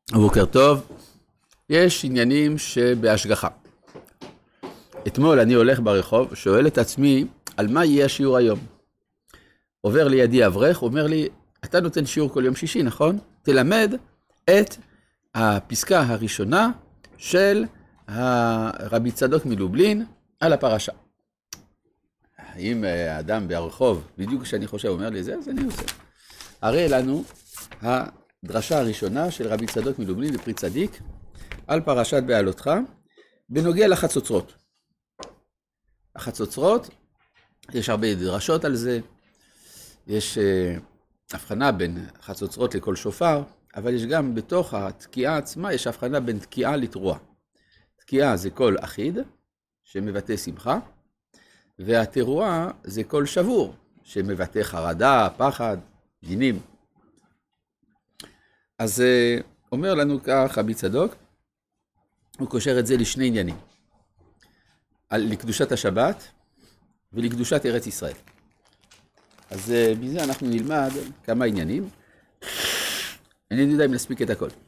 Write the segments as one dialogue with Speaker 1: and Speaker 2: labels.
Speaker 1: בוקר טוב. יש עניינים שבהשגחה. אתמול אני הולך ברחוב, שואל את עצמי על מה יהיה השיעור היום. עובר לידי אברך, אומר לי, אתה נותן שיעור כל יום שישי, נכון? תלמד את הפסקה הראשונה של רבי צדוק מלובלין על הפרשה. אם האדם ברחוב, בדיוק כשאני חושב, אומר לי זה, אז אני עושה. הרי לנו הדרשה הראשונה של רבי צדוק מלובלין בפרי צדיק, על פרשת בעלותך, בנוגע לחצוצרות. החצוצרות, יש הרבה דרשות על זה, יש הבחנה בין חצוצרות לכל שופר, אבל יש גם בתוך התקיעה עצמה, יש הבחנה בין תקיעה לתרועה. תקיעה זה קול אחיד, שמבטא שמחה, והתרועה זה קול שבור, שמבטא חרדה, פחד, דינים. אז אומר לנו כך רבי צדוק, הוא קושר את זה לשני עניינים. לקדושת השבת ולקדושת ארץ ישראל. אז מזה אנחנו נלמד כמה עניינים. אני יודע אם נספיק את הכל.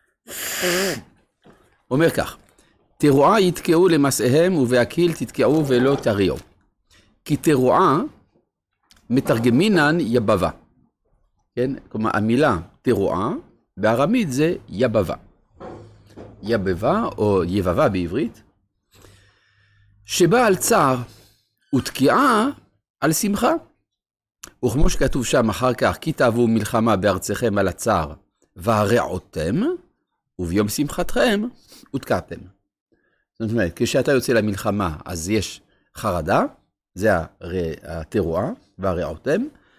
Speaker 1: אומר כך, תרועה יתקעו למסעיהם ובהקיל תתקעו ולא תריעו. כי תרועה מתרגמינן יבבה. כן? כלומר, המילה תרועה בארמית זה יבבה. יבבה או יבבה בעברית, שבא על צער ותקיעה על שמחה. וכמו שכתוב שם אחר כך, כי תאבו מלחמה בארצכם על הצער והרעותם, וביום שמחתכם ותקעתם. זאת אומרת, כשאתה יוצא למלחמה, אז יש חרדה, זה התרועה והרעותם.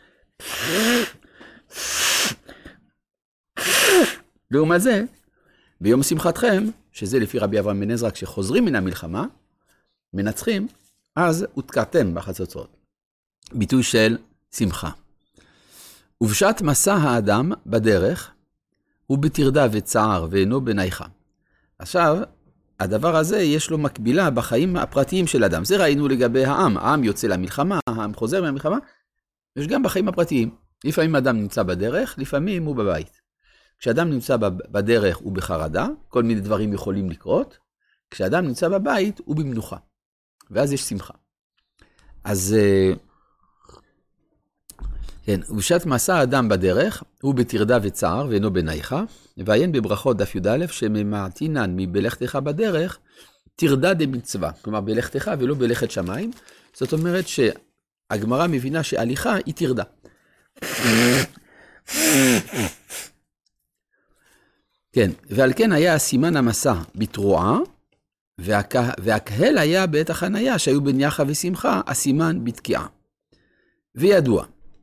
Speaker 1: לעומת זה, ביום שמחתכם, שזה לפי רבי אברהם בן עזרא, כשחוזרים מן המלחמה, מנצחים, אז ותקעתם בחצוצרות. ביטוי של שמחה. ובשעת מסע האדם בדרך, הוא בתרדה וצער ואינו בנייחה. עכשיו, הדבר הזה יש לו מקבילה בחיים הפרטיים של אדם. זה ראינו לגבי העם. העם יוצא למלחמה, העם חוזר מהמלחמה. יש גם בחיים הפרטיים. לפעמים אדם נמצא בדרך, לפעמים הוא בבית. כשאדם נמצא בדרך הוא בחרדה, כל מיני דברים יכולים לקרות. כשאדם נמצא בבית הוא במנוחה. ואז יש שמחה. אז כן, ובשעת מסע האדם בדרך, הוא בתרדה וצער ואינו בנייחה, ועיין בברכות דף י"א, שממעטינן מבלכתך בדרך, תרדה דמצווה, כלומר בלכתך ולא בלכת שמיים, זאת אומרת שהגמרא מבינה שהליכה היא תרדה. כן, ועל כן היה סימן המסע בתרועה, והקהל היה בעת החניה שהיו בנייחה ושמחה, הסימן בתקיעה. וידוע,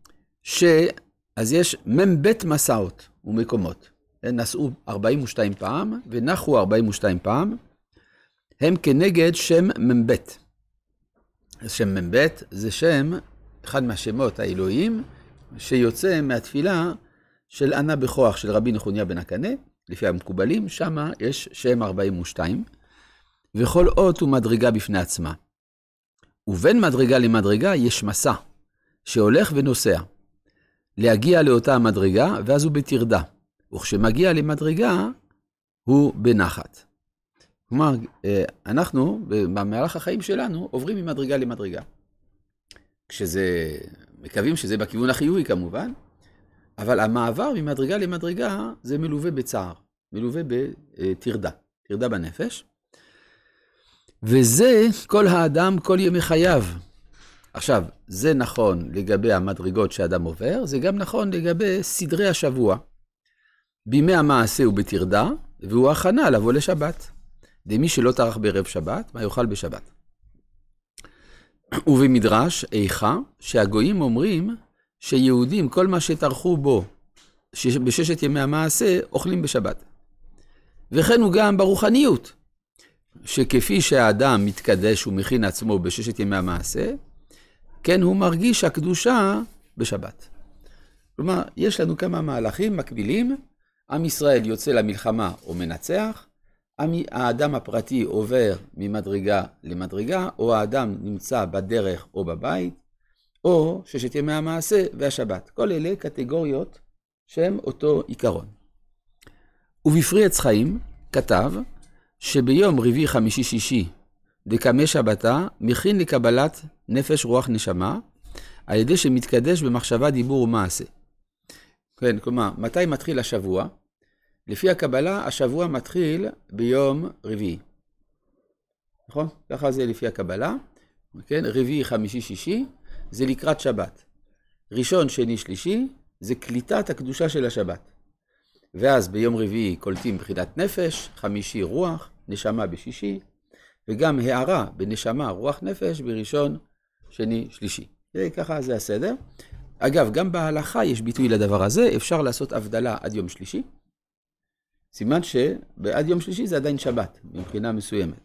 Speaker 1: אז יש מבית מסעות ומקומות. הם נסעו 42 פעם ונחו 42 פעם. הם כנגד שם מבית. שם מבית זה שם, אחד מהשמות האלוהים, שיוצא מהתפילה של ענה בכוח של רבי נחוניה בן הקנה, לפי המקובלים, שם יש שם 42, וכל אות הוא מדרגה בפני עצמה. ובין מדרגה למדרגה יש מסע, שהולך ונוסע. להגיע לאותה המדרגה, ואז הוא בתרדה. וכשמגיע למדרגה, הוא בנחת. כלומר, אנחנו, במהלך החיים שלנו, עוברים ממדרגה למדרגה. מקווים שזה בכיוון החיובי כמובן, אבל המעבר ממדרגה למדרגה, זה מלווה בצער, מלווה בתרדה, תרדה בנפש. וזה כל האדם, כל ימי חייו. עכשיו, זה נכון לגבי המדרגות שאדם עובר, זה גם נכון לגבי סדרי השבוע. בימי המעשה הוא בתרדה, והוא הכנה לבוא לשבת. דמי שלא טרח בערב שבת, מה יאכל בשבת? ובמדרש איכה, שהגויים אומרים שיהודים, כל מה שטרחו בו בששת ימי המעשה, אוכלים בשבת. וכן הוא גם ברוחניות, שכפי שהאדם מתקדש ומכין עצמו בששת ימי המעשה, כן הוא מרגיש הקדושה בשבת. כלומר, יש לנו כמה מהלכים מקבילים. עם ישראל יוצא למלחמה או מנצח, האדם הפרטי עובר ממדרגה למדרגה, או האדם נמצא בדרך או בבית, או ששת ימי המעשה והשבת. כל אלה קטגוריות שהם אותו עיקרון. ובפרי עץ חיים כתב שביום רביעי חמישי שישי דקמא שבתה מכין לקבלת נפש רוח נשמה על ידי שמתקדש במחשבה דיבור ומעשה. כן, כלומר, מתי מתחיל השבוע? לפי הקבלה, השבוע מתחיל ביום רביעי. נכון? ככה זה לפי הקבלה. כן? רביעי, חמישי, שישי, זה לקראת שבת. ראשון, שני, שלישי, זה קליטת הקדושה של השבת. ואז ביום רביעי קולטים בחינת נפש, חמישי רוח, נשמה בשישי, וגם הערה בנשמה רוח נפש בראשון, שני, שלישי. ככה זה הסדר. אגב, גם בהלכה יש ביטוי לדבר הזה, אפשר לעשות הבדלה עד יום שלישי. סימן שעד יום שלישי זה עדיין שבת, מבחינה מסוימת.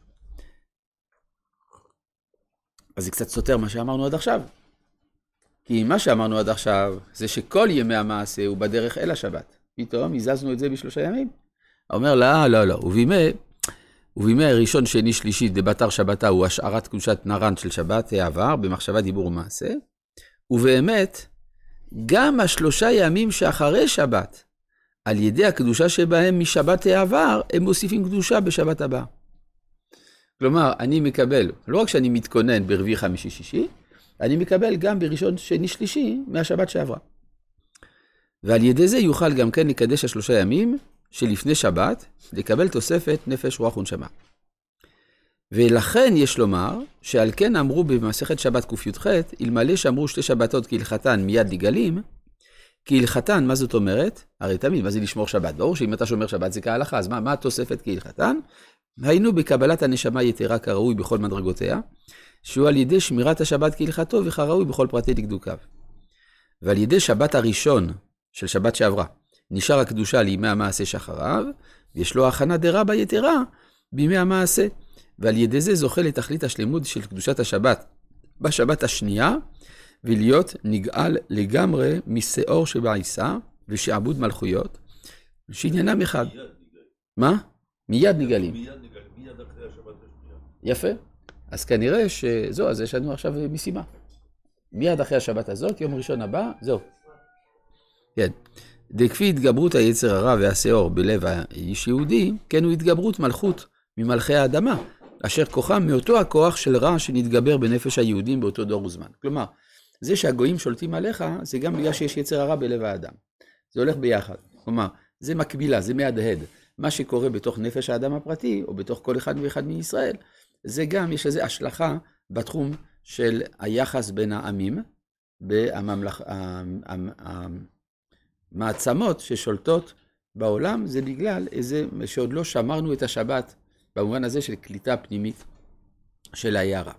Speaker 1: אז זה קצת סותר מה שאמרנו עד עכשיו. כי מה שאמרנו עד עכשיו זה שכל ימי המעשה הוא בדרך אל השבת. פתאום הזזנו את זה ב3 ימים. אומר לא, ובימי הראשון, שני, שלישי, דבתר שבתה הוא השערת קדושת נרן של שבת העבר, במחשבה דיבור ומעשה. ובאמת, גם 3 ימים שאחרי שבת, על ידי הקדושה שבהם משבת העבר, הם מוסיפים קדושה בשבת הבאה. כלומר, אני מקבל, לא רק שאני מתכונן ברביעי חמישי שישי, אני מקבל גם בראשון שני שלישי מהשבת שעברה. ועל ידי זה יוכל גם כן לקדש 3 ימים שלפני שבת, לקבל תוספת נפש רוח ונשמה. ולכן יש לומר, שעל כן אמרו במסכת שבת ק"ח, אלמלא שאמרו 2 שבתות כהלכתן מיד לגלים, כהלכתן, מה זאת אומרת? הרי תמיד, מה זה לשמור שבת? ברור שאם אתה שומר שבת זה כהלכה, אז מה התוספת כהלכתן? היינו בקבלת הנשמה יתרה כראוי בכל מדרגותיה, שהוא על ידי שמירת השבת כהלכתו וכראוי בכל פרטי דקדוקיו. ועל ידי שבת הראשון של שבת שעברה, נשאר הקדושה לימי המעשה שאחריו, ויש לו הכנה דרבה יתרה בימי המעשה, ועל ידי זה זוכה לתכלית השלמות של קדושת השבת בשבת השנייה, ולהיות נגאל לגמרי משאור שבעיסה ושעבוד מלכויות, שעניינם אחד. מה? מיד נגאלים.
Speaker 2: מיד אחרי השבת השנייה.
Speaker 1: יפה. אז כנראה שזהו, אז יש לנו עכשיו משימה. מיד אחרי השבת הזאת, יום ראשון הבא, זהו. כן. דכפי התגברות היצר הרע והשאור בלב האיש יהודי, כן הוא התגברות מלכות ממלכי האדמה, אשר כוחם מאותו הכוח של רע שנתגבר בנפש היהודים באותו דור וזמן. כלומר, זה שהגויים שולטים עליך, זה גם בגלל שיש יצר הרע בלב האדם. זה הולך ביחד. כלומר, זה מקבילה, זה מהדהד. מה שקורה בתוך נפש האדם הפרטי, או בתוך כל אחד ואחד מישראל, זה גם, יש לזה השלכה בתחום של היחס בין העמים, המעצמות ששולטות בעולם, זה בגלל איזה שעוד לא שמרנו את השבת, במובן הזה של קליטה פנימית של העיירה.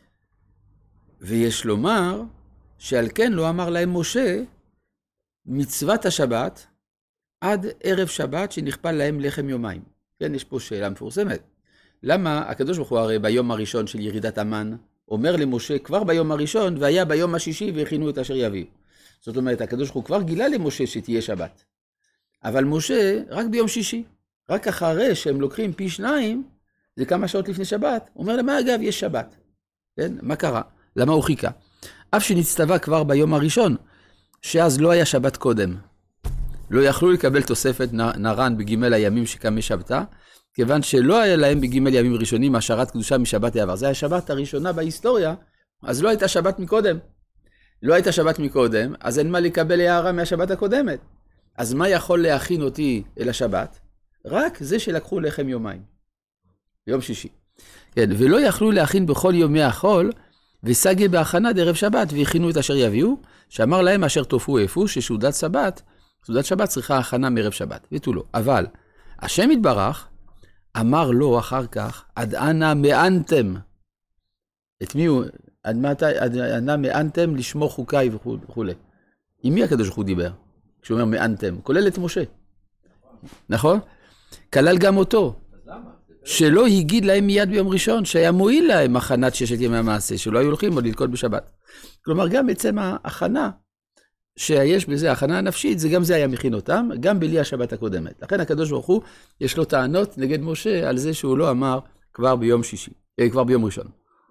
Speaker 1: ויש לומר, שעל כן לא אמר להם משה, מצוות השבת, עד ערב שבת שנכפל להם לחם יומיים. כן, יש פה שאלה מפורסמת. למה הקדוש ברוך הוא הרי ביום הראשון של ירידת המן, אומר למשה כבר ביום הראשון, והיה ביום השישי והכינו את אשר יביאו. זאת אומרת, הקדוש ברוך הוא כבר גילה למשה שתהיה שבת. אבל משה רק ביום שישי, רק אחרי שהם לוקחים פי 2, זה כמה שעות לפני שבת, אומר למה אגב יש שבת. כן, מה קרה? למה הוא חיכה? אף שנצטווה כבר ביום הראשון, שאז לא היה שבת קודם. לא יכלו לקבל תוספת נרן בגימל הימים שקמא שבתה, כיוון שלא היה להם בגימל ימים ראשונים השערת קדושה משבת העבר. זה השבת הראשונה בהיסטוריה, אז לא הייתה שבת מקודם. לא הייתה שבת מקודם, אז אין מה לקבל הערה מהשבת הקודמת. אז מה יכול להכין אותי אל השבת? רק זה שלקחו לחם יומיים. יום שישי. כן, ולא יכלו להכין בכל יומי החול, וסגי בהכנה דערב שבת, והכינו את אשר יביאו, שאמר להם אשר תופו אפו, שסעודת שבת צריכה הכנה מערב שבת, ותו לא. אבל השם יתברך, אמר לו אחר כך, עד אנה מענתם. את מי הוא? עד אנה מענתם לשמור חוקיי וכו'. עם מי הקדוש ברוך הוא דיבר? כשהוא אומר מענתם, כולל את משה. נכון? כלל גם אותו. שלא הגיד להם מיד ביום ראשון, שהיה מועיל להם הכנת 6 ימי המעשה, שלא היו הולכים עוד ללכות בשבת. כלומר, גם עצם ההכנה שיש בזה, ההכנה הנפשית, זה גם זה היה מכין אותם, גם בלי השבת הקודמת. לכן הקדוש ברוך הוא, יש לו טענות נגד משה על זה שהוא לא אמר כבר ביום ראשון.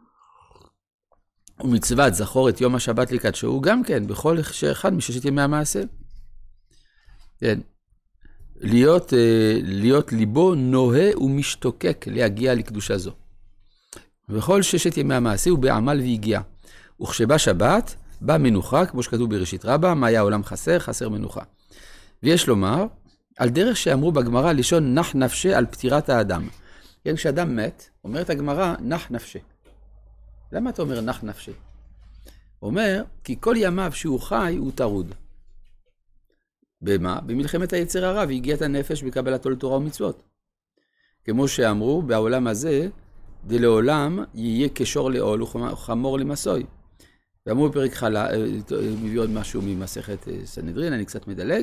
Speaker 1: ומצוות זכור את יום השבת לקדשו, גם כן, בכל אחד מ6 ימי המעשה. כן. להיות ליבו נוהה ומשתוקק להגיע לקדושה זו. וכל 6 ימי המעשה הוא בעמל והגיע. וכשבא שבת, בא מנוחה, כמו שכתוב בראשית רבה, מה היה עולם חסר? חסר מנוחה. ויש לומר, על דרך שאמרו בגמרא, לשון נח נפשה על פטירת האדם. כן, כשאדם מת, אומרת הגמרא, נח נפשה. למה אתה אומר נח נפשה? אומר, כי כל ימיו שהוא חי הוא טרוד. במה? במלחמת היצר הרע, והגיע את הנפש בקבלתו לתורה ומצוות. כמו שאמרו, בעולם הזה, דלעולם יהיה כשור לעול וחמור למסוי. ואמרו בפרק חלה, מביא עוד משהו ממסכת סנהדרין, אני קצת מדלג.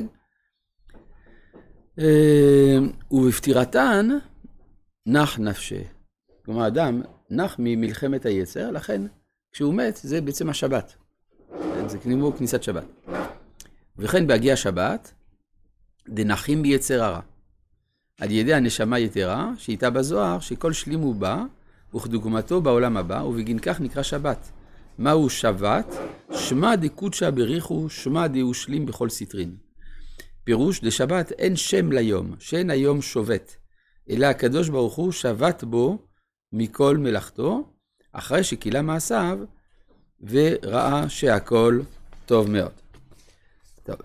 Speaker 1: ובפטירתן נח נפשה. כלומר, אדם נח ממלחמת היצר, לכן כשהוא מת זה בעצם השבת. זה כמו כניסת שבת. וכן בהגיע השבת, דנחים ביצר הרע. על ידי הנשמה יתרה, שאיתה בזוהר, שכל שלים הוא בא, וכדוגמתו בעולם הבא, ובגין כך נקרא שבת. מהו שבת? שמע דקודשא בריחו, שמע דאושלים בכל סטרין. פירוש דשבת אין שם ליום, שאין היום שובת, אלא הקדוש ברוך הוא שבת בו מכל מלאכתו, אחרי שקילה מעשיו, וראה שהכל טוב מאוד. טוב,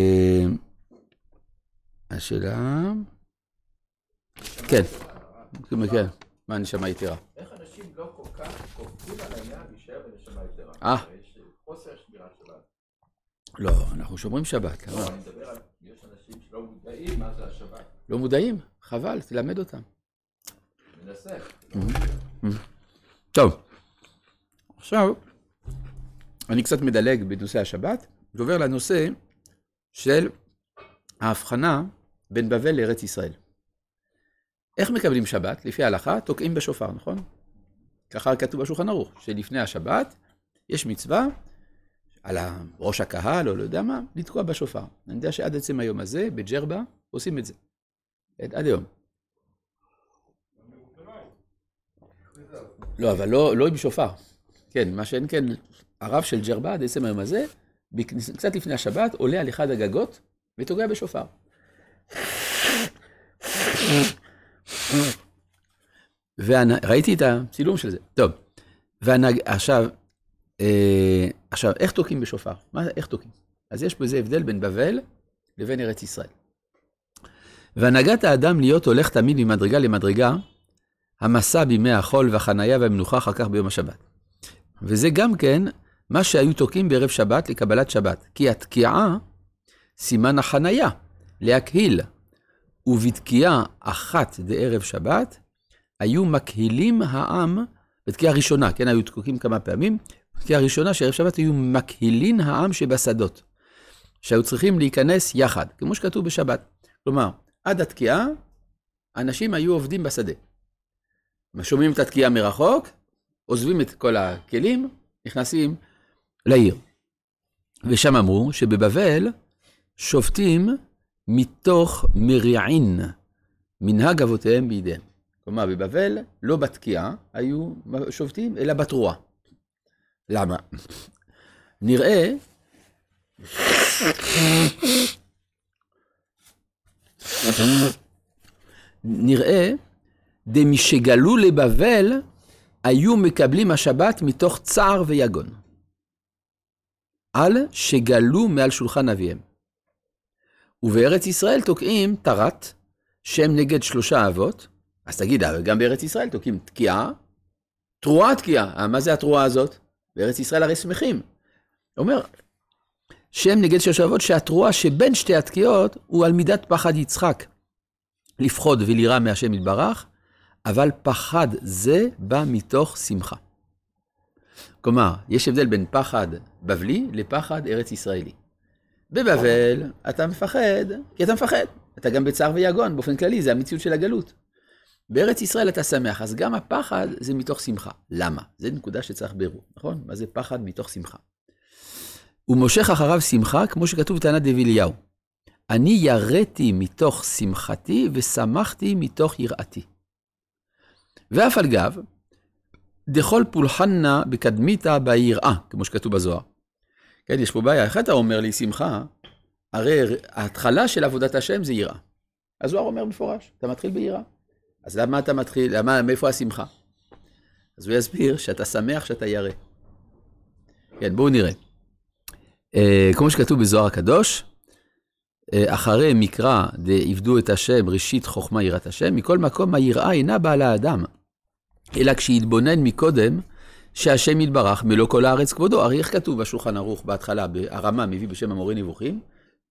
Speaker 1: השאלה... כן, כן, מה הנשמה יתרה?
Speaker 2: איך אנשים לא כל כך קופצים על העניין להישאר בנשמה יתרה? יש חוסר שמירת שבת.
Speaker 1: לא, אנחנו שומרים שבת.
Speaker 2: לא, אני מדבר על... יש אנשים שלא מודעים מה זה השבת.
Speaker 1: לא מודעים? חבל, תלמד אותם.
Speaker 2: מנסה.
Speaker 1: טוב, עכשיו, אני קצת מדלג בנושא השבת, ועובר לנושא של ההבחנה בין בבל לארץ ישראל. איך מקבלים שבת? לפי ההלכה, תוקעים בשופר, נכון? ככה כתוב בשולחן ערוך, שלפני השבת יש מצווה על ראש הקהל, או לא יודע מה, לתקוע בשופר. אני יודע שעד עצם היום הזה, בג'רבה, עושים את זה. עד היום. לא, אבל לא עם שופר. כן, מה שאין כן, הרב של ג'רבה, עד עצם היום הזה, קצת לפני השבת, עולה על אחד הגגות, ותוקע בשופר. ראיתי את הצילום של זה. טוב, עכשיו, איך תוקעים בשופר? איך תוקעים? אז יש פה איזה הבדל בין בבל לבין ארץ ישראל. והנהגת האדם להיות הולך תמיד ממדרגה למדרגה, המסע בימי החול והחנייה והמנוחה אחר כך ביום השבת. וזה גם כן מה שהיו תוקעים בערב שבת לקבלת שבת. כי התקיעה סימן החנייה, להקהיל. ובתקיעה אחת דערב שבת, היו מקהילים העם, בתקיעה ראשונה, כן, היו תקועים כמה פעמים, בתקיעה ראשונה שערב שבת היו מקהילין העם שבשדות, שהיו צריכים להיכנס יחד, כמו שכתוב בשבת. כלומר, עד התקיעה, אנשים היו עובדים בשדה. שומעים את התקיעה מרחוק, עוזבים את כל הכלים, נכנסים לעיר. ושם אמרו שבבבל שופטים מתוך מריעין, מנהג אבותיהם בידיהם. כלומר, בבבל לא בתקיעה היו שופטים, אלא בתרועה. למה? נראה דמשגלו לבבל היו מקבלים השבת מתוך צער ויגון. על שגלו מעל שולחן אביהם. ובארץ ישראל תוקעים תרת, שם נגד 3 אבות. אז תגיד, גם בארץ ישראל תוקעים תקיעה, תרועה תקיעה. מה זה התרועה הזאת? בארץ ישראל הרי שמחים. אומר, שם נגד 3 אבות שהתרועה שבין שתי התקיעות הוא על מידת פחד יצחק. לפחוד ולירא מהשם יתברך, אבל פחד זה בא מתוך שמחה. כלומר, יש הבדל בין פחד בבלי לפחד ארץ ישראלי. בבבל אתה מפחד, כי אתה מפחד. אתה גם בצער ויגון, באופן כללי, זה המציאות של הגלות. בארץ ישראל אתה שמח, אז גם הפחד זה מתוך שמחה. למה? זה נקודה שצריך בירור, נכון? מה זה פחד מתוך שמחה? הוא מושך אחריו שמחה, כמו שכתוב בטענת דב אליהו. אני יראתי מתוך שמחתי ושמחתי מתוך יראתי. ואף על גב, דכל פולחנה בקדמיתה ביראה, כמו שכתוב בזוהר. כן, יש פה בעיה. איך אתה אומר לי שמחה? הרי ההתחלה של עבודת השם זה יראה. הזוהר אומר מפורש, אתה מתחיל ביראה. אז למה אתה מתחיל, מאיפה השמחה? אז הוא יסביר שאתה שמח שאתה ירא. כן, בואו נראה. כמו שכתוב בזוהר הקדוש, אחרי מקרא דעבדו את השם, ראשית חוכמה יראת השם, מכל מקום היראה אינה באה לאדם, אלא כשיתבונן מקודם, שהשם יתברך מלוא כל הארץ כבודו. הרי איך כתוב בשולחן ערוך בהתחלה, הרמה מביא בשם המורה נבוכים,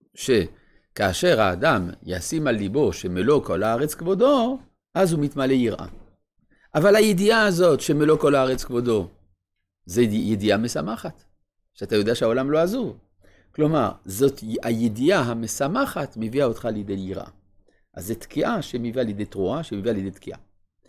Speaker 1: שכאשר האדם ישים על ליבו שמלוא כל הארץ כבודו, אז הוא מתמלא יראה. אבל הידיעה הזאת שמלוא כל הארץ כבודו, זה ידיעה משמחת, שאתה יודע שהעולם לא עזוב. כלומר, זאת הידיעה המשמחת מביאה אותך לידי יראה. אז זה תקיעה שמביאה לידי תרועה, שמביאה לידי תקיעה.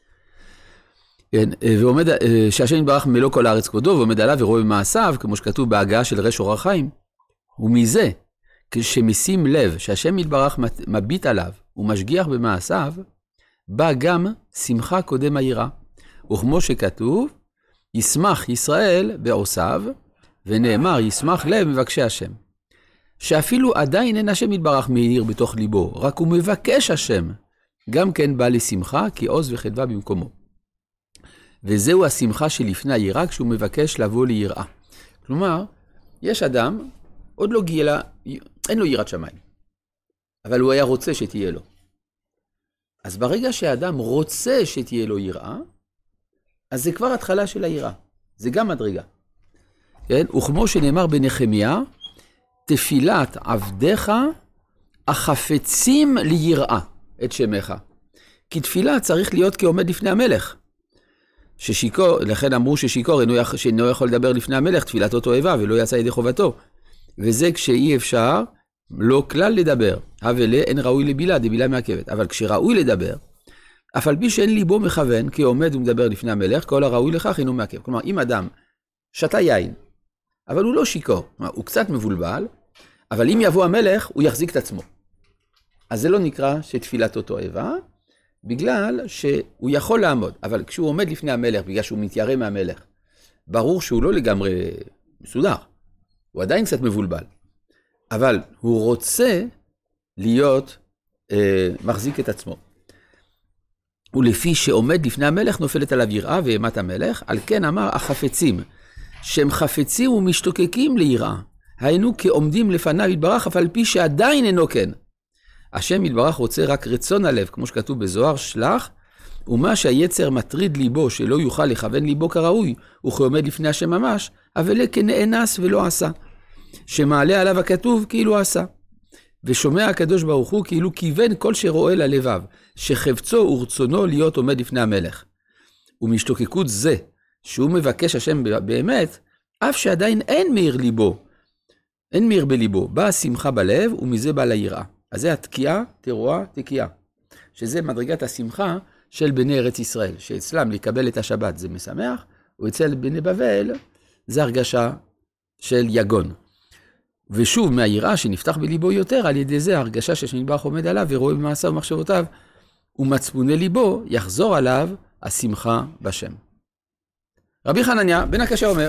Speaker 1: כן, ועומד, שהשם יתברך מלוא כל הארץ כבודו, ועומד עליו ורואה במעשיו, כמו שכתוב בהגעה של רש אור החיים. ומזה, כשמשים לב שהשם יתברך מביט עליו ומשגיח במעשיו, בא גם שמחה קודם היראה. וכמו שכתוב, ישמח ישראל בעושיו, ונאמר ישמח לב מבקשי השם. שאפילו עדיין אין השם יתברך מאיר בתוך ליבו, רק הוא מבקש השם, גם כן בא לשמחה, כי עוז וחדווה במקומו. וזהו השמחה שלפני היראה, כשהוא מבקש לבוא ליראה. כלומר, יש אדם, עוד לא גילה, אין לו יראת שמיים, אבל הוא היה רוצה שתהיה לו. אז ברגע שהאדם רוצה שתהיה לו יראה, אז זה כבר התחלה של היראה. זה גם מדרגה. כן? וכמו שנאמר בנחמיה, תפילת עבדיך החפצים ליראה את שמך. כי תפילה צריך להיות כעומד לפני המלך. לכן אמרו ששיקור אינו יכול לדבר לפני המלך, תפילתו תועבה ולא יצא ידי חובתו. וזה כשאי אפשר לא כלל לדבר. הבלה אין ראוי לבילה, דבילה מעכבת. אבל כשראוי לדבר, אף על פי שאין ליבו מכוון, כי עומד ומדבר לפני המלך, כל הראוי לכך אינו מעכב. כלומר, אם אדם שתה יין, אבל הוא לא שיקור, הוא קצת מבולבל, אבל אם יבוא המלך, הוא יחזיק את עצמו. אז זה לא נקרא שתפילתו תועבה, בגלל שהוא יכול לעמוד. אבל כשהוא עומד לפני המלך, בגלל שהוא מתיירא מהמלך, ברור שהוא לא לגמרי מסודר. הוא עדיין קצת מבולבל. אבל הוא רוצה להיות מחזיק את עצמו. ולפי שעומד לפני המלך, נופלת עליו יראה ואימת המלך, על כן אמר החפצים, שהם חפצים ומשתוקקים ליראה. היינו כעומדים לפניו יתברך, אף על פי שעדיין אינו כן. השם יתברך רוצה רק רצון הלב, כמו שכתוב בזוהר שלח, ומה שהיצר מטריד ליבו, שלא יוכל לכוון ליבו כראוי, וכעומד לפני השם ממש, אבל כנאנס ולא עשה. שמעלה עליו הכתוב כאילו עשה. ושומע הקדוש ברוך הוא כאילו כיוון כל שרואה ללבב, שחפצו ורצונו להיות עומד לפני המלך. ומשתוקקות זה, שהוא מבקש השם באמת, אף שעדיין אין מאיר ליבו, אין מאיר בליבו, באה שמחה בלב ומזה באה ליראה. אז זה התקיעה, תרועה, תקיעה. שזה מדרגת השמחה של בני ארץ ישראל, שאצלם לקבל את השבת זה משמח, ואצל בני בבל זה הרגשה של יגון. ושוב מהיראה שנפתח בליבו יותר, על ידי זה הרגשה שנדבך עומד עליו ורואה במעשה ומחשבותיו, ומצפוני ליבו יחזור עליו השמחה בשם. רבי חנניה בן הקשה אומר,